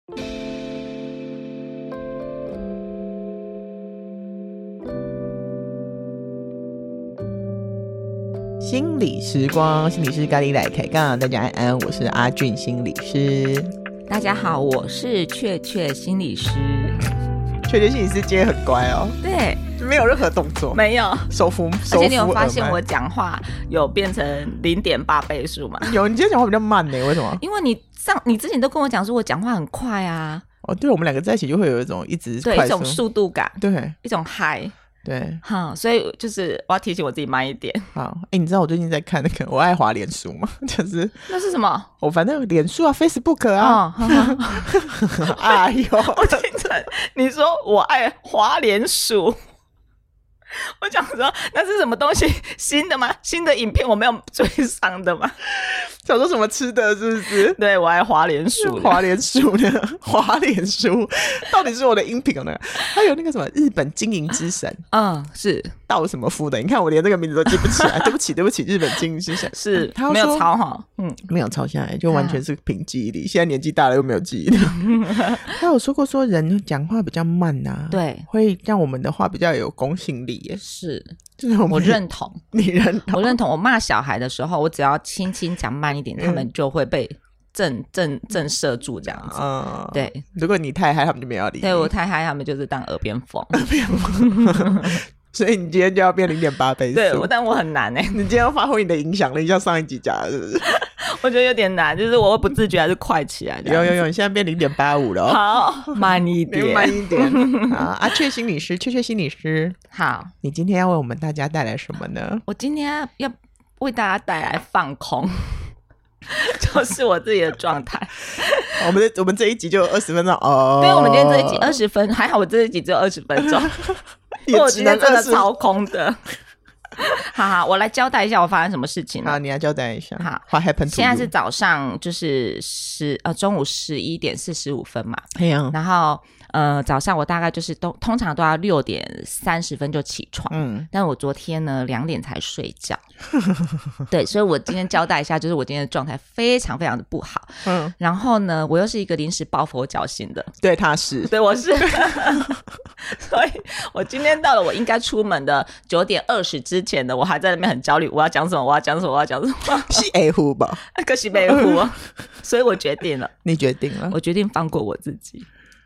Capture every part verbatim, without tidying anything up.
心理时光，心理师咖喱来开杠，大家安安，我是阿俊心理师。 大家好，我是雀雀心理师。 雀雀心理师今天很乖哦， 对， 没有任何动作， 没有手扶， 而且你有发现我讲话有变成 零点八 倍数吗？ 有，你今天讲话比较慢呢，为什么？ 因为你上你之前都跟我讲说我讲话很快啊。 哦，对，我们两个在一起就会有一种一直对一种速度感， 对， 一种嗨。 对， 好，所以就是我要提醒我自己慢一点。 好，哎、欸，你知道我最近在看那个我爱滑脸书吗？就是那是什么？ 我反正脸书啊 ，Facebook 啊。哦、哎呦， 我听成你说我爱滑脸书，我想说那是什么东西？新的吗？新的影片我没有追上的吗？ 想说什么吃的，是不是？ 对，我爱滑脸书， 滑脸书呢？滑脸书到底是我的音频呢？还有那个什么日本经营之神， 嗯，是道什么夫的？你看我连这个名字都记不起来，对不起，对不起，日本经营之神是他没有抄哈， 嗯，没有抄下来，就完全是凭记忆力。现在年纪大了又没有记忆力。他有说过说人讲话比较慢啊， 对， 会让我们的话比较有公信力耶。 是。 就是我, 我认同， 你认同？ 我认同。我骂小孩的时候，我只要轻轻讲慢一点，嗯、他们就会被震震震慑住，这样子。嗯，对。 如果你太嗨，他们就没有理你。 对，我太嗨，他们就是当耳边风。 耳边风。所以你今天就要变 零点八 倍速。 对，但我很难哎、欸。 你今天要发挥你的影响力，像上一集讲的，是不是？ 我觉得有点难，就是我会不自觉还是快起来。 有有有，你现在变 零点八五 了、 哦。好，慢一点， 慢一点。好，阿雀心理师，雀雀心理师， 好， 你今天要为我们大家带来什么呢？ 我今天要为大家带来放空。就是我自己的状态。 我们我们这一集就有二十分钟哦。 对，我们今天这一集二十分，还好我这一集只有二十分钟，因为我今天真的超空的。好好，我来交代一下我发生什么事情了。 好，你来交代一下。 好 ，What happened to you？ 现在是早上，就是十呃中午十一点四十五分嘛。 对啊。 然后呃早上我大概就是都通常都要六点三十分就起床，嗯，但我昨天呢两点才睡觉。对，所以我今天交代一下，就是我今天的状态非常非常的不好。嗯。然后呢，我又是一个临时抱佛脚型的。 对，他是。 对，我是。所以我今天到了我应该出门的九点二十之前呢，我还在那边很焦虑，我要讲什么我要讲什么我要讲什么。 是 A 户吧？ 可是没户。所以我决定了。 你决定了？ 我决定放过我自己。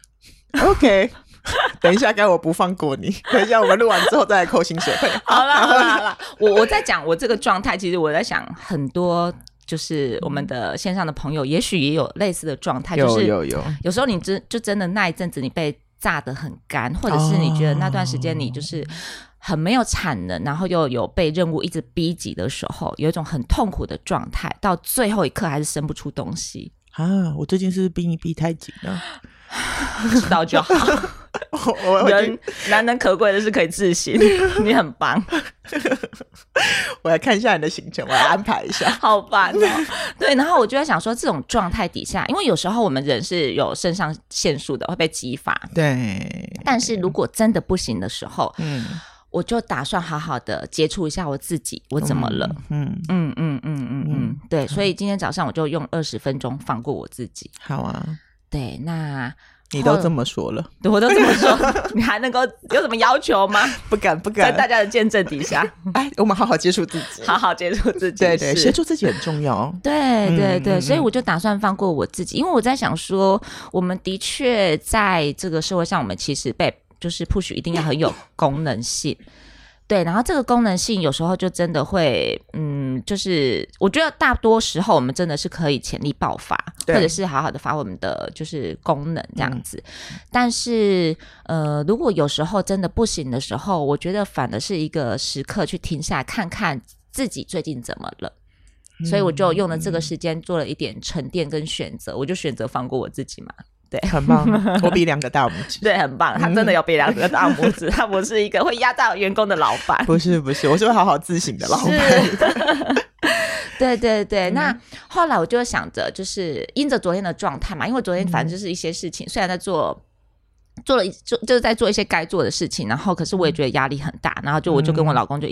OK。等一下该我不放过你，等一下我们录完之后再来扣薪水。 好啦好啦好啦，我我在讲我这个状态，其实我在想很多就是我们的线上的朋友也许也有类似的状态，就是有有有有时候你真就真的那一阵子你被炸得很干，或者是你觉得那段时间你就是很没有产能，然后又有被任务一直逼急的时候，有一种很痛苦的状态，到最后一刻还是生不出东西啊！我最近是不是逼你逼太紧了？ 知道就好。 我人难能可贵的是可以自省。你很棒。 我来看一下你的行程，我来安排一下。 好烦哦。对，然后我就在想说这种状态底下，因为有时候我们人是有肾上腺素的，会被激发。 对， 但是如果真的不行的时候，嗯，我就打算好好的接触一下我自己，我怎么了？嗯嗯嗯嗯嗯嗯，对，所以今天早上我就用二十分钟放过我自己。 好啊。 对，那你都这么说了， 对，我都这么说，你还能够有什么要求吗？ 不敢不敢， 在大家的见证底下， 哎，我们好好接触自己， 好好接触自己， 对对，接触自己很重要。 对对对、嗯，所以我就打算放过我自己，因为我在想说，我们的确在这个社会上，我们其实被就是 push 一定要很有功能性。对，然后这个功能性有时候就真的会，嗯，就是我觉得大多时候我们真的是可以潜力爆发，或者是好好的发挥我们的就是功能这样子。嗯、但是，呃，如果有时候真的不行的时候，我觉得反而是一个时刻去停下来看看自己最近怎么了。所以我就用了这个时间做了一点沉淀跟选择，我就选择放过我自己嘛。对， 很棒，我比两个大拇指。 对，很棒，他真的有比两个大拇指，他不是一个会压榨员工的老板。 不是不是，我是会好好自省的老板。 对对对、嗯，那后来我就想着，就是因着昨天的状态嘛，因为昨天反正就是一些事情，嗯、虽然在做。做了就就是在做一些该做的事情，然后可是我也觉得压力很大，然后就我就跟我老公就一直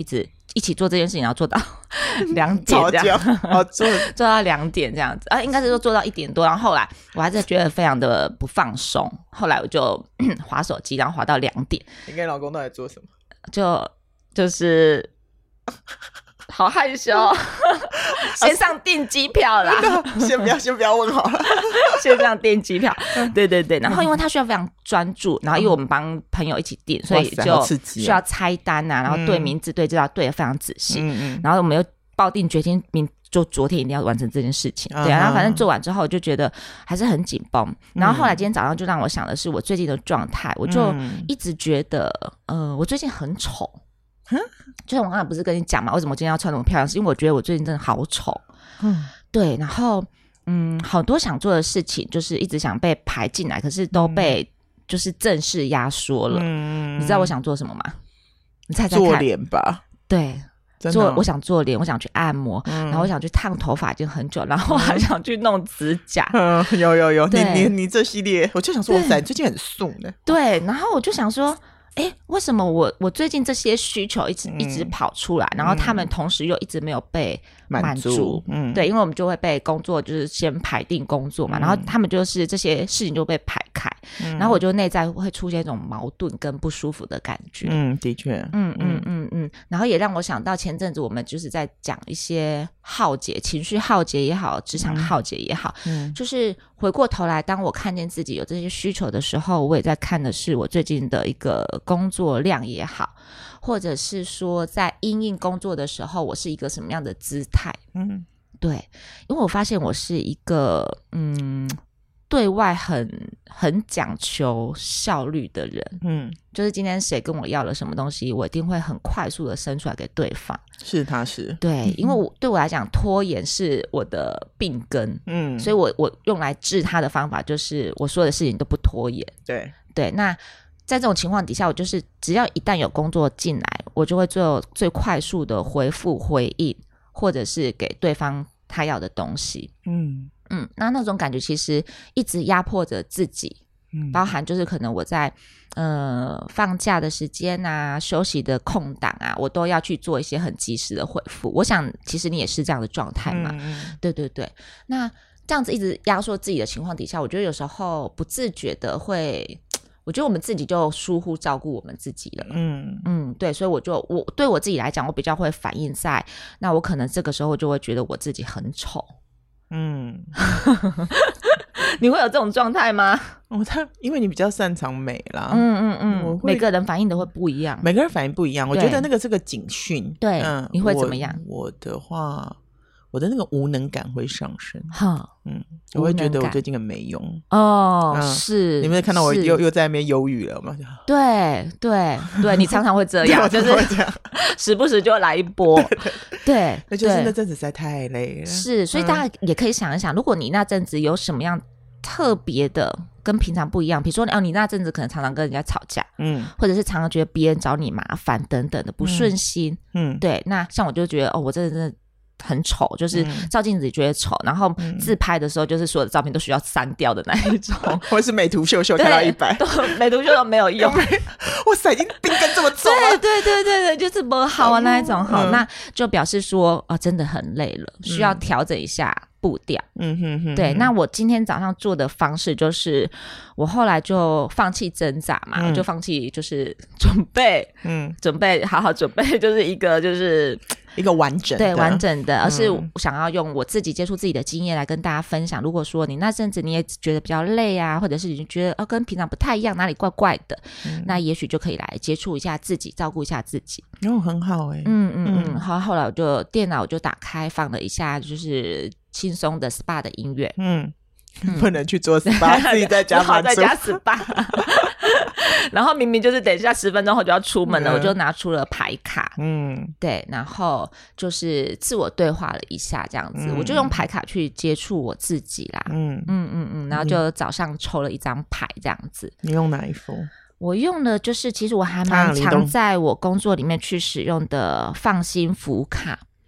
一起做这件事情，然后做到两点这样， 哦，做做到两点这样子啊，应该是说做到一点多，然后后来我还是觉得非常的不放松，后来我就滑手机，然后滑到两点。 你跟老公到底做什么？ 就就是好害羞，先上订机票啦， 先不要先不要问好了， 先上订机票，对对对，然后因为他需要非常专注，然后因为我们帮朋友一起订，所以就需要猜单啊，然后对名字对资料对得非常仔细，嗯嗯，然后我们又抱定决心，明就昨天一定要完成这件事情，对啊，然后反正做完之后就觉得还是很紧绷，然后后来今天早上就让我想的是我最近的状态，我就一直觉得呃我最近很丑，就是我刚才不是跟你讲嘛，为什么我今天要穿那么漂亮，是因为我觉得我最近真的好丑，嗯，对，然后嗯好多想做的事情就是一直想被排进来，可是都被就是正式压缩了，嗯，你知道我想做什么吗？你猜猜看。 做脸吧。 对，做我想做脸，我想去按摩，嗯，然后我想去烫头发已经很久，然后我还想去弄指甲，嗯， 有有有，你你你这系列，我就想说哇塞，你最近很素呢。 对，然后我就想说哎，为什么我我最近这些需求一直、嗯、一直跑出来，然后他们同时又一直没有被满足？满足嗯，对，因为我们就会被工作就是先排定工作嘛，嗯、然后他们就是这些事情就被排开，嗯、然后我就内在会出现一种矛盾跟不舒服的感觉。 嗯，的确， 嗯嗯嗯嗯，然后也让我想到前阵子我们就是在讲一些浩劫，情绪浩劫也好，职场浩劫也好，嗯，就是回过头来，当我看见自己有这些需求的时候，我也在看的是我最近的一个工作量也好，或者是说在因应工作的时候我是一个什么样的姿态。嗯，对，因为我发现我是一个嗯对外很很讲求效率的人。嗯，就是今天谁跟我要了什么东西，我一定会很快速的生出来给对方。 是他是对，因为我对我来讲拖延是我的病根。嗯，所以我我用来治他的方法就是我所有的事情都不拖延。 对对，那在这种情况底下，我就是只要一旦有工作进来，我就会做最快速的回复回应，或者是给对方他要的东西。嗯嗯，那那种感觉其实一直压迫着自己，嗯，包含就是可能我在呃放假的时间啊，休息的空档啊，我都要去做一些很及时的回复。我想其实你也是这样的状态嘛。嗯，对对对，那这样子一直压缩自己的情况底下，我觉得有时候不自觉的会，我觉得我们自己就疏忽照顾我们自己了。嗯嗯，对，所以我就我对我自己来讲，我比较会反映在，那我可能这个时候就会觉得我自己很丑。嗯，你会有这种状态吗？ 哦，他因为你比较擅长美啦。 嗯嗯嗯，每个人反应的会不一样， 每个人反应不一样。我觉得那个是个警讯。 对，嗯，你会怎么样？ 我, 我的话。我的那个无能感会上升，嗯，我会觉得我最近很没用哦、嗯，是， 你们看到我又又在那边忧郁了吗？ 对对对，你常常会这样，就是时不时就来一波，对， 那就是那阵子实在太累了， 是，所以大家也可以想一想，如果你那阵子有什么样特别的跟平常不一样，比如说哦，你那阵子可能常常跟人家吵架，嗯，或者是常常觉得别人找你麻烦等等的不顺心，嗯，对，那像我就觉得哦，我真的真的很丑，就是照镜子觉得丑、嗯、然后自拍的时候就是所有的照片都需要删掉的那一种， 或者是美图秀秀开到一百， 美图秀秀没有用哇塞，已经病根这么重了，对对对对对，就是不好啊那一种、嗯、那就表示说、哦、真的很累了，需要调整一下步调。嗯哼哼，对，那我今天早上做的方式就是我后来就放弃挣扎嘛、嗯、我就放弃就是准备嗯，准备好好准备就是一个就是一个完整的， 对，完整的，而是想要用我自己接触自己的经验来跟大家分享。如果说你那阵子你也觉得比较累啊，或者是你觉得、哦、跟平常不太一样，哪里怪怪的、嗯、那也许就可以来接触一下自己，照顾一下自己。 哦，很好哎、欸， 嗯嗯嗯，好，后来我就电脑我就打开放了一下就是轻松的 S P A 的音乐，嗯， 不能去做 S P A 自己在家好在家 S P A 然后明明就是等一下十分钟后就要出门了、嗯、我就拿出了牌卡，嗯，对，然后就是自我对话了一下这样子、嗯、我就用牌卡去接触我自己啦，嗯嗯嗯嗯，然后就早上抽了一张牌这样子。 你用哪一副？ 我用的就是其实我还蛮常在我工作里面去使用的放心福卡。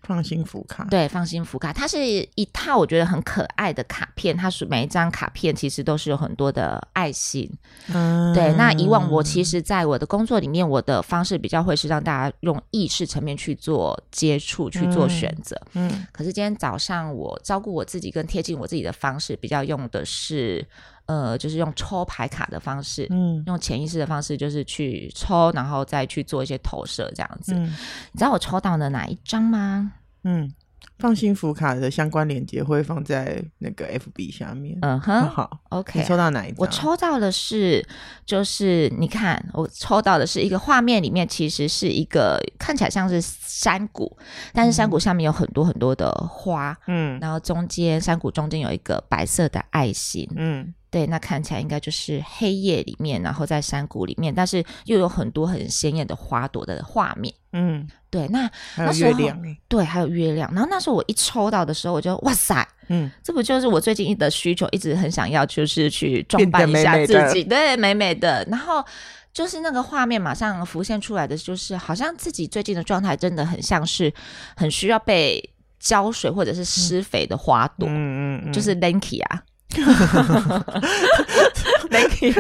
放心福卡， 对，放心福卡，它是一套我觉得很可爱的卡片，它是每一张卡片其实都是有很多的爱心。嗯，对。那以往我其实在我的工作里面，我的方式比较会是让大家用意识层面去做接触，去做选择。嗯，嗯可是今天早上我照顾我自己跟贴近我自己的方式，比较用的是。呃，就是用抽牌卡的方式，嗯，用潜意识的方式，就是去抽，然后再去做一些投射，这样子。嗯、你知道我抽到的哪一张吗？ 嗯，放心福卡的相关链接会放在那个 F B 下面。 嗯哼， 好 ，OK。 你抽到哪一张？ 我抽到的是，就是你看，我抽到的是一个画面里面，其实是一个看起来像是山谷，但是山谷下面有很多很多的花，嗯，然后中间山谷中间有一个白色的爱心，嗯。对，那看起来应该就是黑夜里面，然后在山谷里面，但是又有很多很鲜艳的花朵的画面。嗯，对，那还有月亮， 对，还有月亮。然后那时候我一抽到的时候，我就哇塞，嗯，这不就是我最近的需求，一直很想要，就是去装扮一下自己，美美对，美美的。然后就是那个画面马上浮现出来的，就是好像自己最近的状态真的很像是很需要被浇水或者是施肥的花朵，嗯嗯嗯，就是 Lanky 啊。Thank you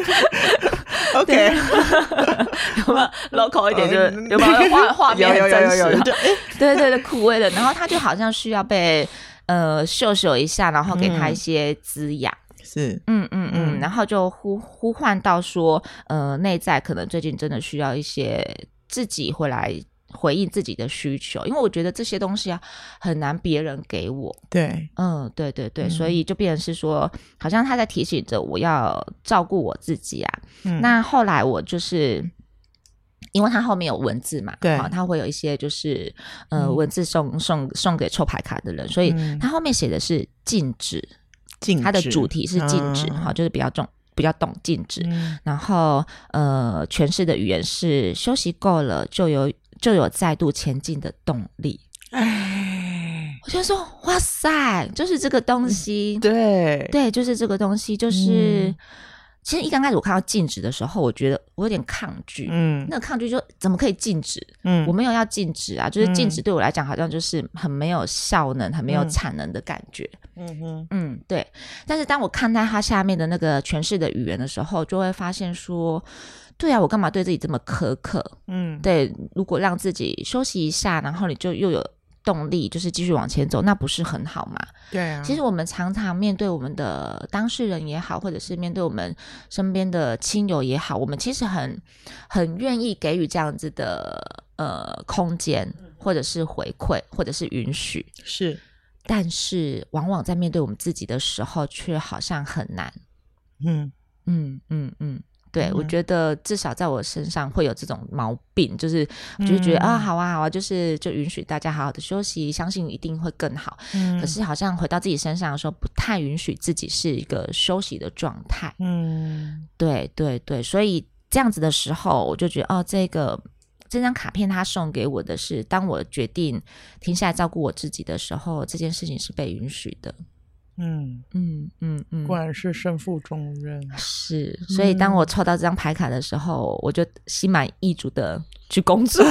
OK 有没有 local 一点，就是有没有画画面很真实，对对对，枯萎的，然后他就好像需要被呃秀秀一下，然后给他一些滋养， 是嗯嗯嗯，然后就呼呼唤到说呃内在可能最近真的需要一些自己回来回应自己的需求，因为我觉得这些东西啊很难别人给我， 对， 嗯，对对对、嗯、所以就变成是说好像他在提醒着我要照顾我自己啊、嗯、那后来我就是因为他后面有文字嘛， 对、 哦、他会有一些就是呃、嗯、文字送送送给抽牌卡的人，所以他后面写的是禁止， 禁止， 他的主题是禁止、嗯哦、就是比较重比较懂禁止、嗯、然后呃诠释的语言是休息够了就有就有再度前进的动力。哎，我就说哇塞，就是这个东西， 对对，就是这个东西，就是、嗯、其实一刚开始我看到禁止的时候，我觉得我有点抗拒，嗯，那个抗拒就怎么可以禁止？嗯，我没有要禁止啊，就是禁止对我来讲好像就是很没有效能、很没有产能的感觉。嗯哼，嗯，对。但是当我看待它下面的那个诠释的语言的时候，就会发现说。对啊，我干嘛对自己这么苛刻？嗯，对，如果让自己休息一下，然后你就又有动力，就是继续往前走，那不是很好吗？ 对啊， 其实我们常常面对我们的当事人也好，或者是面对我们身边的亲友也好，我们其实很很愿意给予这样子的呃空间，或者是回馈，或者是允许， 是， 但是往往在面对我们自己的时候，却好像很难。嗯嗯嗯嗯。对、嗯、我觉得至少在我身上会有这种毛病，就是我就觉得、嗯、啊好啊好啊，就是就允许大家好好的休息，相信一定会更好、嗯、可是好像回到自己身上的时候不太允许自己是一个休息的状态。嗯，对对对，所以这样子的时候我就觉得哦，这个这张卡片他送给我的是当我决定停下来照顾我自己的时候，这件事情是被允许的。 嗯嗯嗯嗯，果然是身负重任。 是，所以当我抽到这张牌卡的时候、嗯、我就心满意足的去工作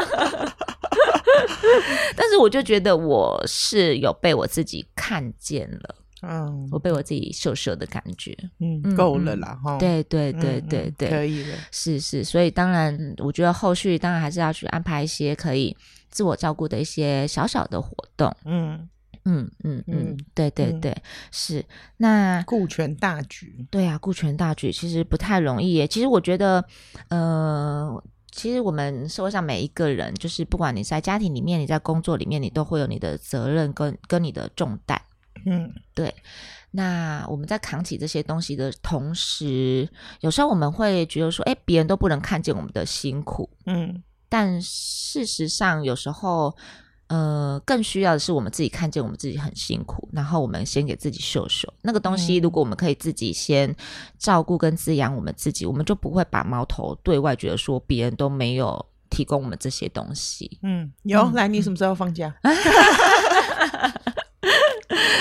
但是我就觉得我是有被我自己看见了，嗯，我被我自己秀秀的感觉， 嗯，够了啦、嗯、 对对对对对、 嗯嗯、可以了， 是是，所以当然我觉得后续当然还是要去安排一些可以自我照顾的一些小小的活动。嗯嗯嗯嗯，对对对、嗯、是。那顾全大局， 对啊，顾全大局其实不太容易耶。其实我觉得呃其实我们社会上每一个人，就是不管你在家庭里面，你在工作里面，你都会有你的责任跟跟你的重担。嗯，对。那我们在扛起这些东西的同时，有时候我们会觉得说哎，别人都不能看见我们的辛苦。嗯，但事实上有时候呃，更需要的是我们自己看见我们自己很辛苦，然后我们先给自己秀秀那个东西、嗯、如果我们可以自己先照顾跟滋养我们自己，我们就不会把矛头对外，觉得说别人都没有提供我们这些东西。 嗯，有、嗯、来你什么时候放假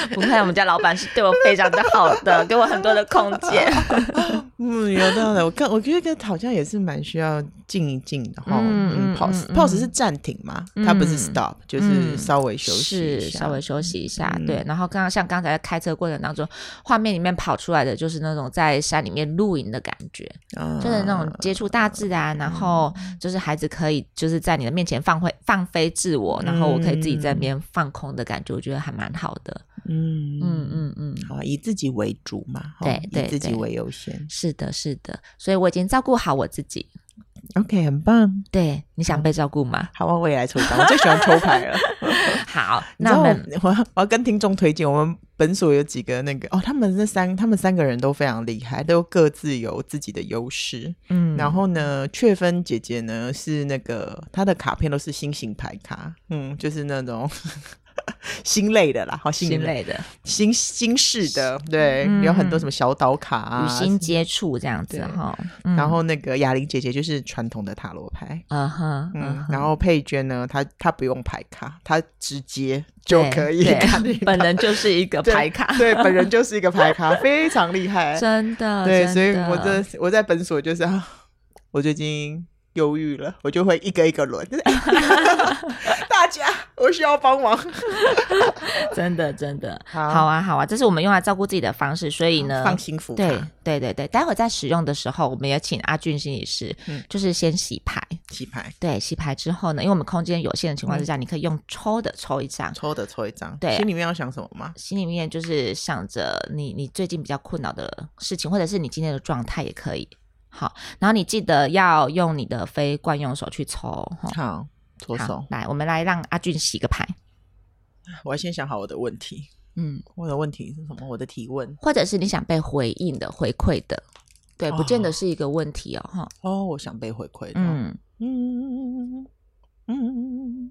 不会，我们家老板是对我非常的好的，给我很多的空间。 嗯，有道理。我看我觉得好像也是蛮需要静一静的哈。 嗯嗯 ，pause 嗯 pause 是暂停嘛， 嗯它不是 stop，、嗯、就是稍微休息一是下， 稍微休息一下。 嗯、 对，然后刚刚像刚才在开车过程当中，画面里面跑出来的就是那种在山里面露营的感觉，啊、就是那种接触大自然，然后就是孩子可以就是在你的面前放飞放飞自我，然后我可以自己在那边放空的感觉，我觉得还蛮好的。 嗯嗯嗯嗯， 好，以自己为主嘛， 对对， 以自己为优先。 是的，是的，所以我已经照顾好我自己。 OK， 很棒。 对，你想被照顾吗？ 好，我也来抽一张，我最喜欢抽牌了。 好，那我们我我要跟听众推荐，我们本所有几个那个哦，他们那三，他们三个人都非常厉害，都各自有自己的优势。嗯，然后呢，雀芬姐姐呢是那个她的卡片都是新型牌卡，嗯，就是那种。新类的啦，好新新类的新新式的，对、嗯，有很多什么小岛卡啊， 与新接触这样子哈、 嗯。然后那个雅玲姐姐就是传统的塔罗牌， 嗯哼， 嗯。然后佩娟呢，她她不用牌卡，她直接就可以看， 本人就是一个牌卡， 对，对本人就是一个牌卡，非常厉害， 真的。 对， 真的所以我在我在本所就是啊，我最近忧郁了，我就会一个一个轮，就是大家我需要帮忙。 真的真的好，好啊好啊，这是我们用来照顾自己的方式，所以呢放心服卡， 对对对对，待会在使用的时候我们也请阿俊心理师、嗯、就是先洗牌洗牌， 对，洗牌之后呢，因为我们空间有限的情况之下、嗯、你可以用抽的抽一张， 抽的抽一张， 对， 心里面要想什么吗？ 心里面就是想着你你最近比较困扰的事情，或者是你今天的状态也可以。好，然后你记得要用你的非惯用手去抽。 好，左手。 来，我们来让阿俊洗个牌。 我要先想好我的问题。嗯，我的问题是什么？我的提问， 或者是你想被回应的、回馈的，对，不见得是一个问题哦。哈、 哦，哦，我想被回馈的。 嗯嗯嗯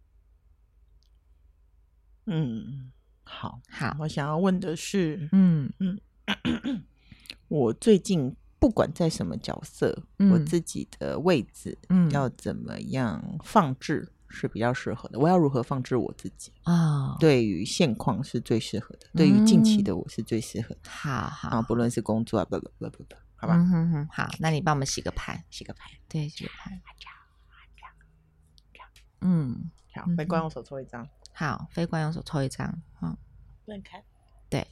嗯，好好， 我想要问的是， 嗯嗯，我最近。不管在什么角色、嗯、我自己的位置、嗯、要怎么样放置是比较适合的，我要如何放置我自己、哦、对于现况是最适合的、嗯、对于近期的我是最适合的。 好好、 啊、不论是工作啊不不不不不好吧、 嗯、哼哼，好，那你帮我们洗个牌， 洗个牌， 对，洗个牌。嗯， 好，非惯用手抽一张。 好，非惯用手抽一张。嗯， 乱看。 对。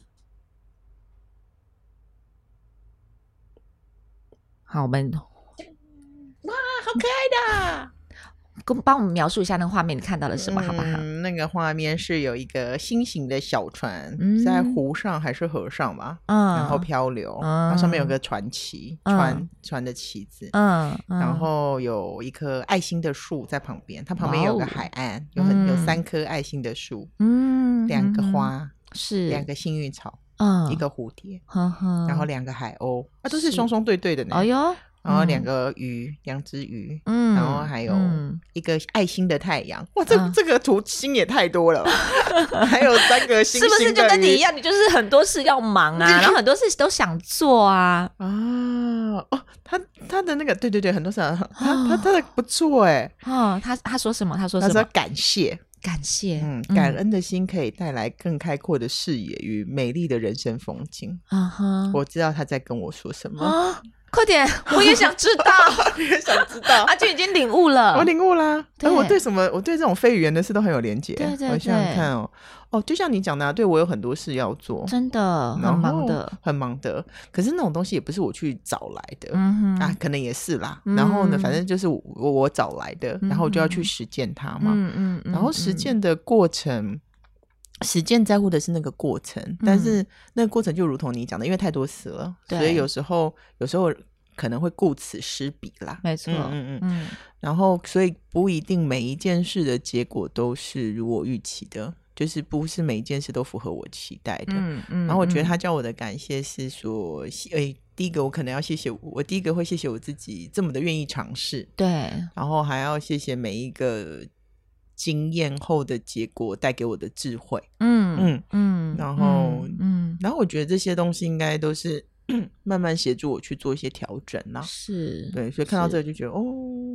好，我们哇，好可爱的！ 跟帮我们描述一下那个画面，你看到了什么，嗯、好不好？ 那个画面是有一个新型的小船，嗯、在湖上还是河上吧？嗯，然后漂流，嗯、然后上面有个船旗，嗯、船船的旗子，嗯，嗯然后有一棵爱心的树在旁边，它旁边有个海岸，有很、嗯、有三棵爱心的树，嗯，两个花， 是两个幸运草。 嗯， 一个蝴蝶， 呵呵然后两个海鸥，啊，都是双双对对的呢。 哎呦， 然后两个鱼，两只鱼，嗯，然后还有一个爱心的太阳。哇，这、嗯、这个图星也太多了吧？还有三个星星的鱼， 是不是就跟你一样？你就是很多事要忙啊，然后很多事都想做啊。 啊，哦，他他的那个，对对对，很多事，他他他的不错哎。 哦，他他说什么？他说什么？ 他说感谢。 感谢， 嗯，感恩的心可以带来更开阔的视野与美丽的人生风景。啊哈，我知道他在跟我说什么。 啊，快点，我也想知道， 我也想知道。 阿俊已经领悟了， 我领悟啦。对，我对什么，我对这种非语言的事都很有连结。 对对对， 我想想看哦。哦，就像你讲的、啊，对我有很多事要做， 真的很忙的， 很忙的。可是那种东西也不是我去找来的，嗯啊，可能也是啦。嗯、然后呢，反正就是我我找来的，嗯、然后我就要去实践它嘛。嗯嗯嗯。然后实践的过程，嗯、实践在乎的是那个过程，嗯、但是那个过程就如同你讲的，因为太多事了，所以有时候有时候可能会顾此失彼啦。 没错，嗯嗯嗯。 然后，所以不一定每一件事的结果都是如我预期的。就是不是每一件事都符合我期待的，嗯嗯，然后我觉得他教我的感谢是说，诶，第一个我可能要谢谢我，我第一个会谢谢我自己这么的愿意尝试， 对， 然后还要谢谢每一个经验后的结果带给我的智慧，嗯嗯嗯，然后嗯，然后我觉得这些东西应该都是慢慢协助我去做一些调整啦， 是， 对，所以看到这个就觉得哦哦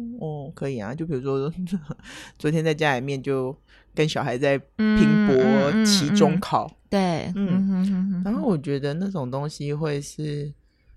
哦，可以啊，就比如说昨天在家里面就跟小孩在拼搏期中考、嗯嗯嗯嗯、 对嗯哼哼哼， 然后我觉得那种东西会是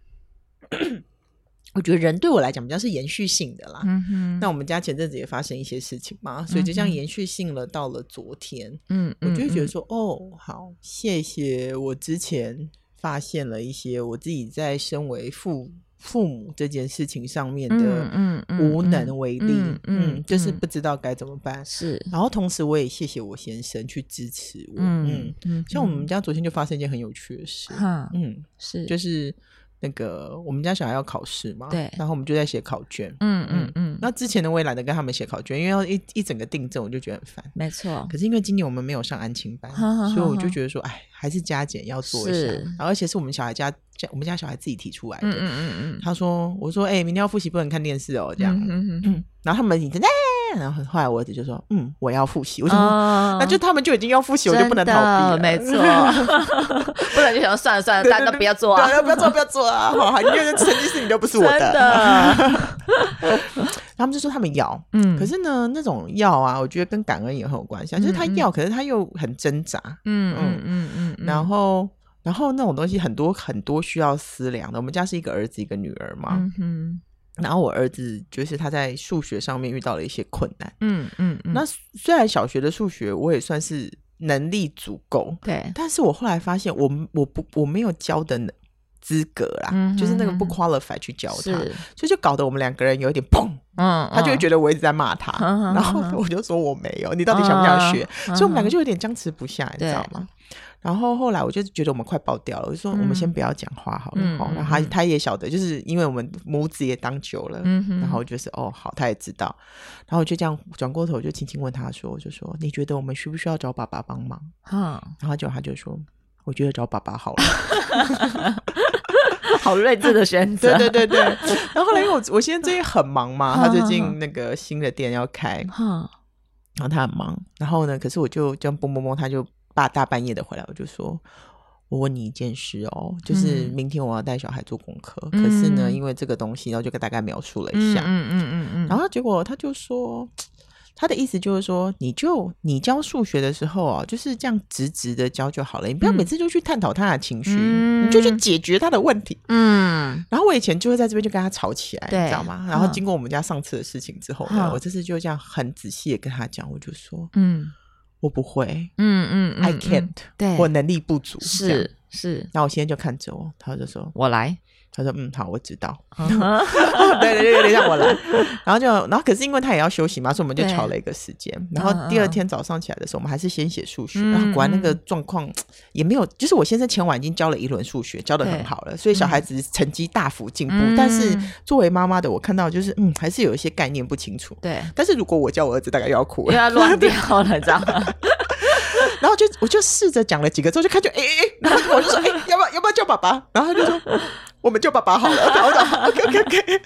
我觉得人对我来讲比较是延续性的啦、嗯、哼，那我们家前阵子也发生一些事情嘛，所以就这样延续性了到了昨天，嗯，我就会觉得说、嗯、哦好，谢谢我之前发现了一些我自己在身为父父母这件事情上面的无能为力，嗯, 嗯, 嗯, 嗯就是不知道该怎么办，是，然后同时我也谢谢我先生去支持我，嗯嗯，像我们家昨天就发生一件很有趣的事，嗯，是，就是那个我们家小孩要考试嘛，对，然后我们就在写考卷，嗯嗯嗯，那之前的我也懒得跟他们写考卷，因为要一一整个订正我就觉得很烦，没错，可是因为今年我们没有上安亲班，呵呵呵，所以我就觉得说哎，还是加减要做一下，然后而且是我们小孩家我们家小孩自己提出来的，嗯嗯嗯嗯，他说我说哎、欸，明天要复习不能看电视哦这样，嗯嗯嗯，然后他们已经哎，然后后来我儿子就说嗯我要复习，我就说、哦、那就他们就已经要复习，我就不能逃避了，没错不然就想算了算了，大家都不要做啊， 对，不要做不要做啊，好，因为成绩是你都不是我的，真的他们就说他们要，嗯，可是呢那种要啊我觉得跟感恩也很有关系、啊、就是他要、嗯、可是他又很挣扎，嗯嗯嗯嗯，然后然后那种东西很多很多需要思量的，我们家是一个儿子一个女儿嘛，嗯哼，然后我儿子就是他在数学上面遇到了一些困难，嗯嗯嗯，那虽然小学的数学我也算是能力足够，对，但是我后来发现我我不我没有教的资格啦、嗯、就是那个不 qualify 去教他，所以就搞得我们两个人有一点砰，嗯，他就会觉得我一直在骂他、嗯、然后我就说我没有，你到底想不想学、嗯、所以我们两个就有点僵持不下，你知道吗？然后后来我就觉得我们快爆掉了，我就说我们先不要讲话好了、嗯、然后 他, 他也晓得，就是因为我们母子也当久了、嗯、然后就是哦好，他也知道，然后我就这样转过头就轻轻问他说，我就说你觉得我们需不需要找爸爸帮忙、嗯、然后就他就说我觉得找爸爸好了好睿智的选择对对对对，然后后来因为我我现在最近很忙嘛他最近那个新的店要开、嗯、然后他很忙，然后呢可是我就这样蹦蹦蹦，他就大大半夜的回来，我就说我问你一件事哦，就是明天我要带小孩做功课、嗯、可是呢因为这个东西，然后就大概描述了一下，嗯嗯嗯嗯，然后结果他就说他的意思就是说你就你教数学的时候啊，就是这样直直的教就好了，你不要每次就去探讨他的情绪、嗯、你就去解决他的问题，嗯，然后我以前就会在这边就跟他吵起来，你知道吗？然后经过我们家上次的事情之后呢、嗯、我这次就这样很仔细的跟他讲，我就说嗯我不会，嗯嗯, 嗯 I can't、嗯、对，我能力不足，是是，然后我现在就看着我，他就说我来，他说嗯好我知道、uh-huh. 对对对，有点像我来然后就然后可是因为他也要休息嘛，所以我们就调了一个时间，然后第二天早上起来的时候我们还是先写数学、嗯、然后果然那个状况也没有，就是我先生前晚已经教了一轮数学，教得很好了，所以小孩子成绩大幅进步、嗯、但是作为妈妈的我看到就是嗯还是有一些概念不清楚，对，但是如果我教我儿子大概又要哭了，又要乱掉了你知道吗然后就我就试着讲了几个之后就看就哎哎哎，然后我就说哎、欸、要不要要不要叫爸爸，然后他就说我们叫爸爸好了然后我说 OK OK OK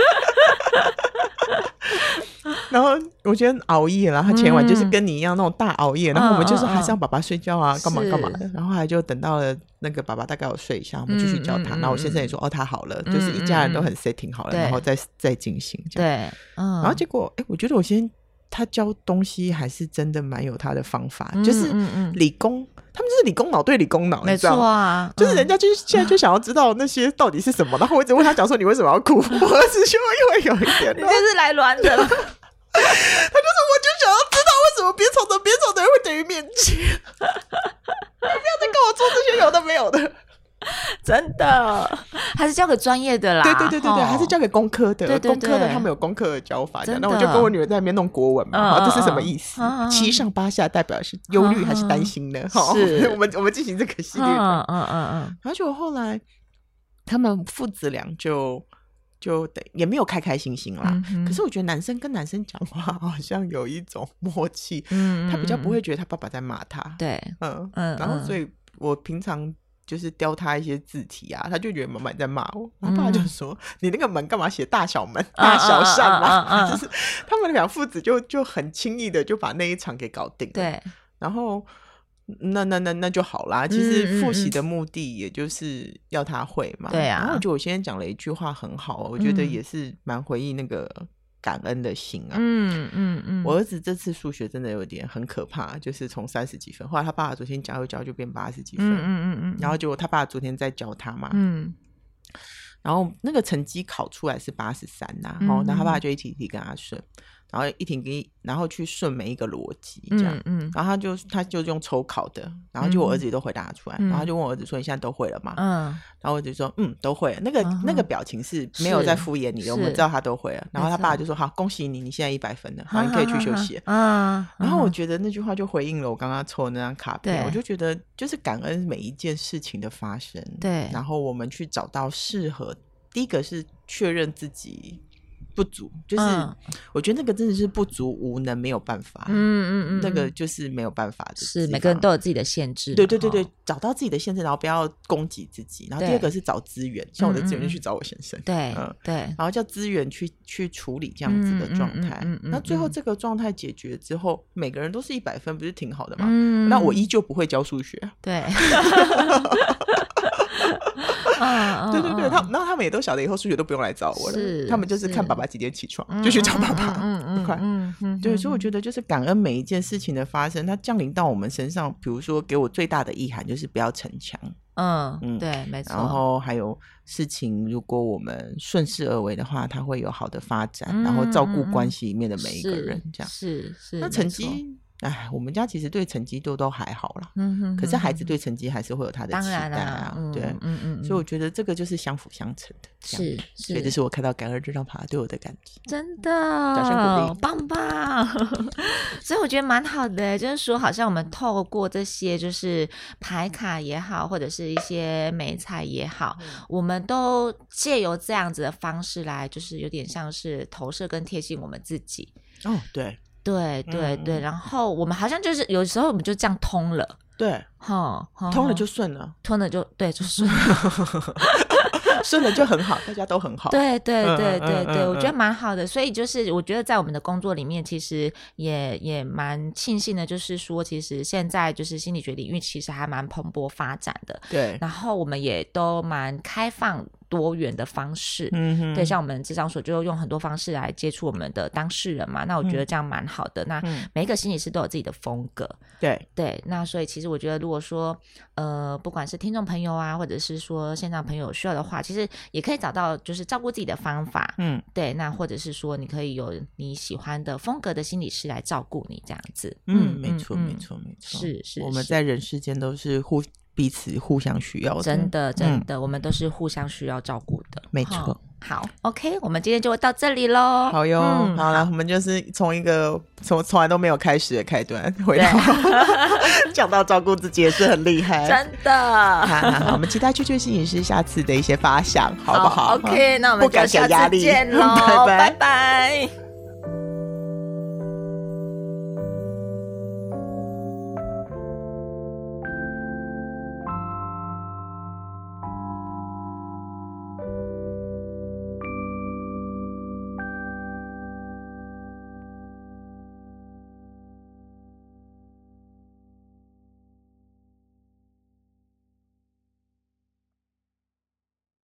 然后我觉得熬夜了，他前晚就是跟你一样那种大熬夜、嗯、然后我们就说还是让爸爸睡觉啊干嘛干嘛的，然后还就等到了那个爸爸大概有睡一下，我们继续教他、嗯、然后我先生也说哦他好了、嗯、就是一家人都很 setting 好了、嗯、然后再再进行这样，对、嗯、然后结果哎，我觉得我先他教东西还是真的蛮有他的方法、嗯、就是理工、嗯嗯、他们就是理工脑对理工脑，没错啊，就是人家就是现在就想要知道那些到底是什么、嗯、然后我一直问他讲说你为什么要哭我儿子就会有一点你就是来乱的了他就是我就想要知道为什么边从的边从的人会等于面积你不要再跟我做这些有的没有的真的还是交给专业的啦， 对对对对对、哦、还是交给工科的，对对对，工科的他们有工科的教法，那我就跟我女儿在那边弄国文嘛、嗯、这是什么意思、嗯、七上八下代表是忧虑还是担心呢、嗯、是我们我们进行这个系列的，嗯嗯嗯嗯，而且我后来他们父子俩就就也没有开开心心啦、嗯、可是我觉得男生跟男生讲话好像有一种默契，嗯，他比较不会觉得他爸爸在骂他，对，嗯嗯，然后所以我平常就是雕他一些字体啊，他就觉得妈妈在骂我，然后爸爸就说、嗯、你那个门干嘛写大小门、嗯、大小扇嘛、嗯嗯嗯嗯、就是他们俩父子就就很轻易的就把那一场给搞定了，对，然后那那那那就好啦，其实复习的目的也就是要他会嘛，对啊，然后我觉得我现在讲了一句话很好，我觉得也是蛮回忆那个感恩的心啊。 嗯嗯嗯， 我儿子这次数学真的有点很可怕，就是从三十几分，后来他爸爸昨天教一教就变八十几分，嗯嗯嗯，然后结果他爸爸昨天在教他嘛，嗯，然后那个成绩考出来是八十三呐，然后他爸爸就一题一题跟他顺。然后一题给，然后去顺每一个逻辑这样，嗯嗯、然后他就他就用抽考的，然后就我儿子都回答出来，嗯、然后他就问我儿子说：“你现在都会了吗？”嗯，然后我儿子说：“嗯，都会了。”那个、嗯、那个表情是没有在敷衍你的，我们知道他都会了。然后他爸爸就说：“好，恭喜你，你现在一百分了，好，你可以去休息。”啊，然后我觉得那句话就回应了我刚刚抽的那张卡片，我就觉得就是感恩每一件事情的发生，对，然后我们去找到适合，第一个是确认自己不足，就是、嗯、我觉得那个真的是不足无能，没有办法，嗯嗯嗯，那个就是没有办法的， 是每个人都有自己的限制， 对对对对，找到自己的限制，然后不要攻击自己，然后第二个是找资源，像我的资源就去找我先生， 对、嗯、对， 然后叫资源去去处理这样子的状态，嗯嗯嗯嗯嗯、那最后这个状态解决之后，每个人都是一百分，不是挺好的吗？嗯、那我依旧不会教数学， 对。 啊、对对对，他然后他们也都晓得以后数学都不用来找我了，他们就是看爸爸几点起床就去找爸爸，嗯嗯快，嗯嗯，对，所以我觉得就是感恩每一件事情的发生，它降临到我们身上，比如说给我最大的意涵就是不要逞强， 嗯嗯，对，没错。 然后还有事情，如果我们顺势而为的话，它会有好的发展，嗯、然后照顾关系里面的每一个人，这样是是。 那成绩。哎，我们家其实对成绩都都还好啦，嗯哼哼，可是孩子对成绩还是会有他的期待啊，嗯、对，嗯嗯，所以我觉得这个就是相辅相成的， 是，是， 所以这是我看到感恩这张牌对我的感激， 真的，掌声鼓励，棒棒，所以我觉得蛮好的，就是说好像我们透过这些就是牌卡也好，或者是一些美彩也好，嗯、我们都借由这样子的方式来，就是有点像是投射跟贴近我们自己， 哦，对。 对对对、嗯，然后我们好像就是有时候我们就这样通了， 对，哈，通了就顺了， 通了就对，就顺了， 顺了就很好，大家都很好。 对对对对对，嗯、我觉得蛮好的。所以就是我觉得在我们的工作里面，其实也也蛮庆幸的，就是说，其实现在就是心理学领域其实还蛮蓬勃发展的。 对， 然后我们也都蛮开放多元的方式，嗯哼，对，像我们諮商所就用很多方式来接触我们的当事人嘛，那我觉得这样蛮好的。嗯、那每一个心理师都有自己的风格， 对对，那所以其实我觉得，如果说呃，不管是听众朋友啊，或者是说线上朋友有需要的话，其实也可以找到就是照顾自己的方法，嗯，对，那或者是说你可以有你喜欢的风格的心理师来照顾你这样子， 嗯，嗯没错、嗯、没错没错， 是是， 我们在人世间都是互彼此互相需要的， 真的真的、嗯、我们都是互相需要照顾的， 没错。 好 OK， 我们今天就到这里咯。 好哟、嗯、好了，我们就是从一个从从来都没有开始的开端回到讲到照顾自己也是很厉害， 真的。 好好好，我们期待雀雀心理师下次的一些发想好不好？ 好 OK， 那我们就下次见咯，拜拜。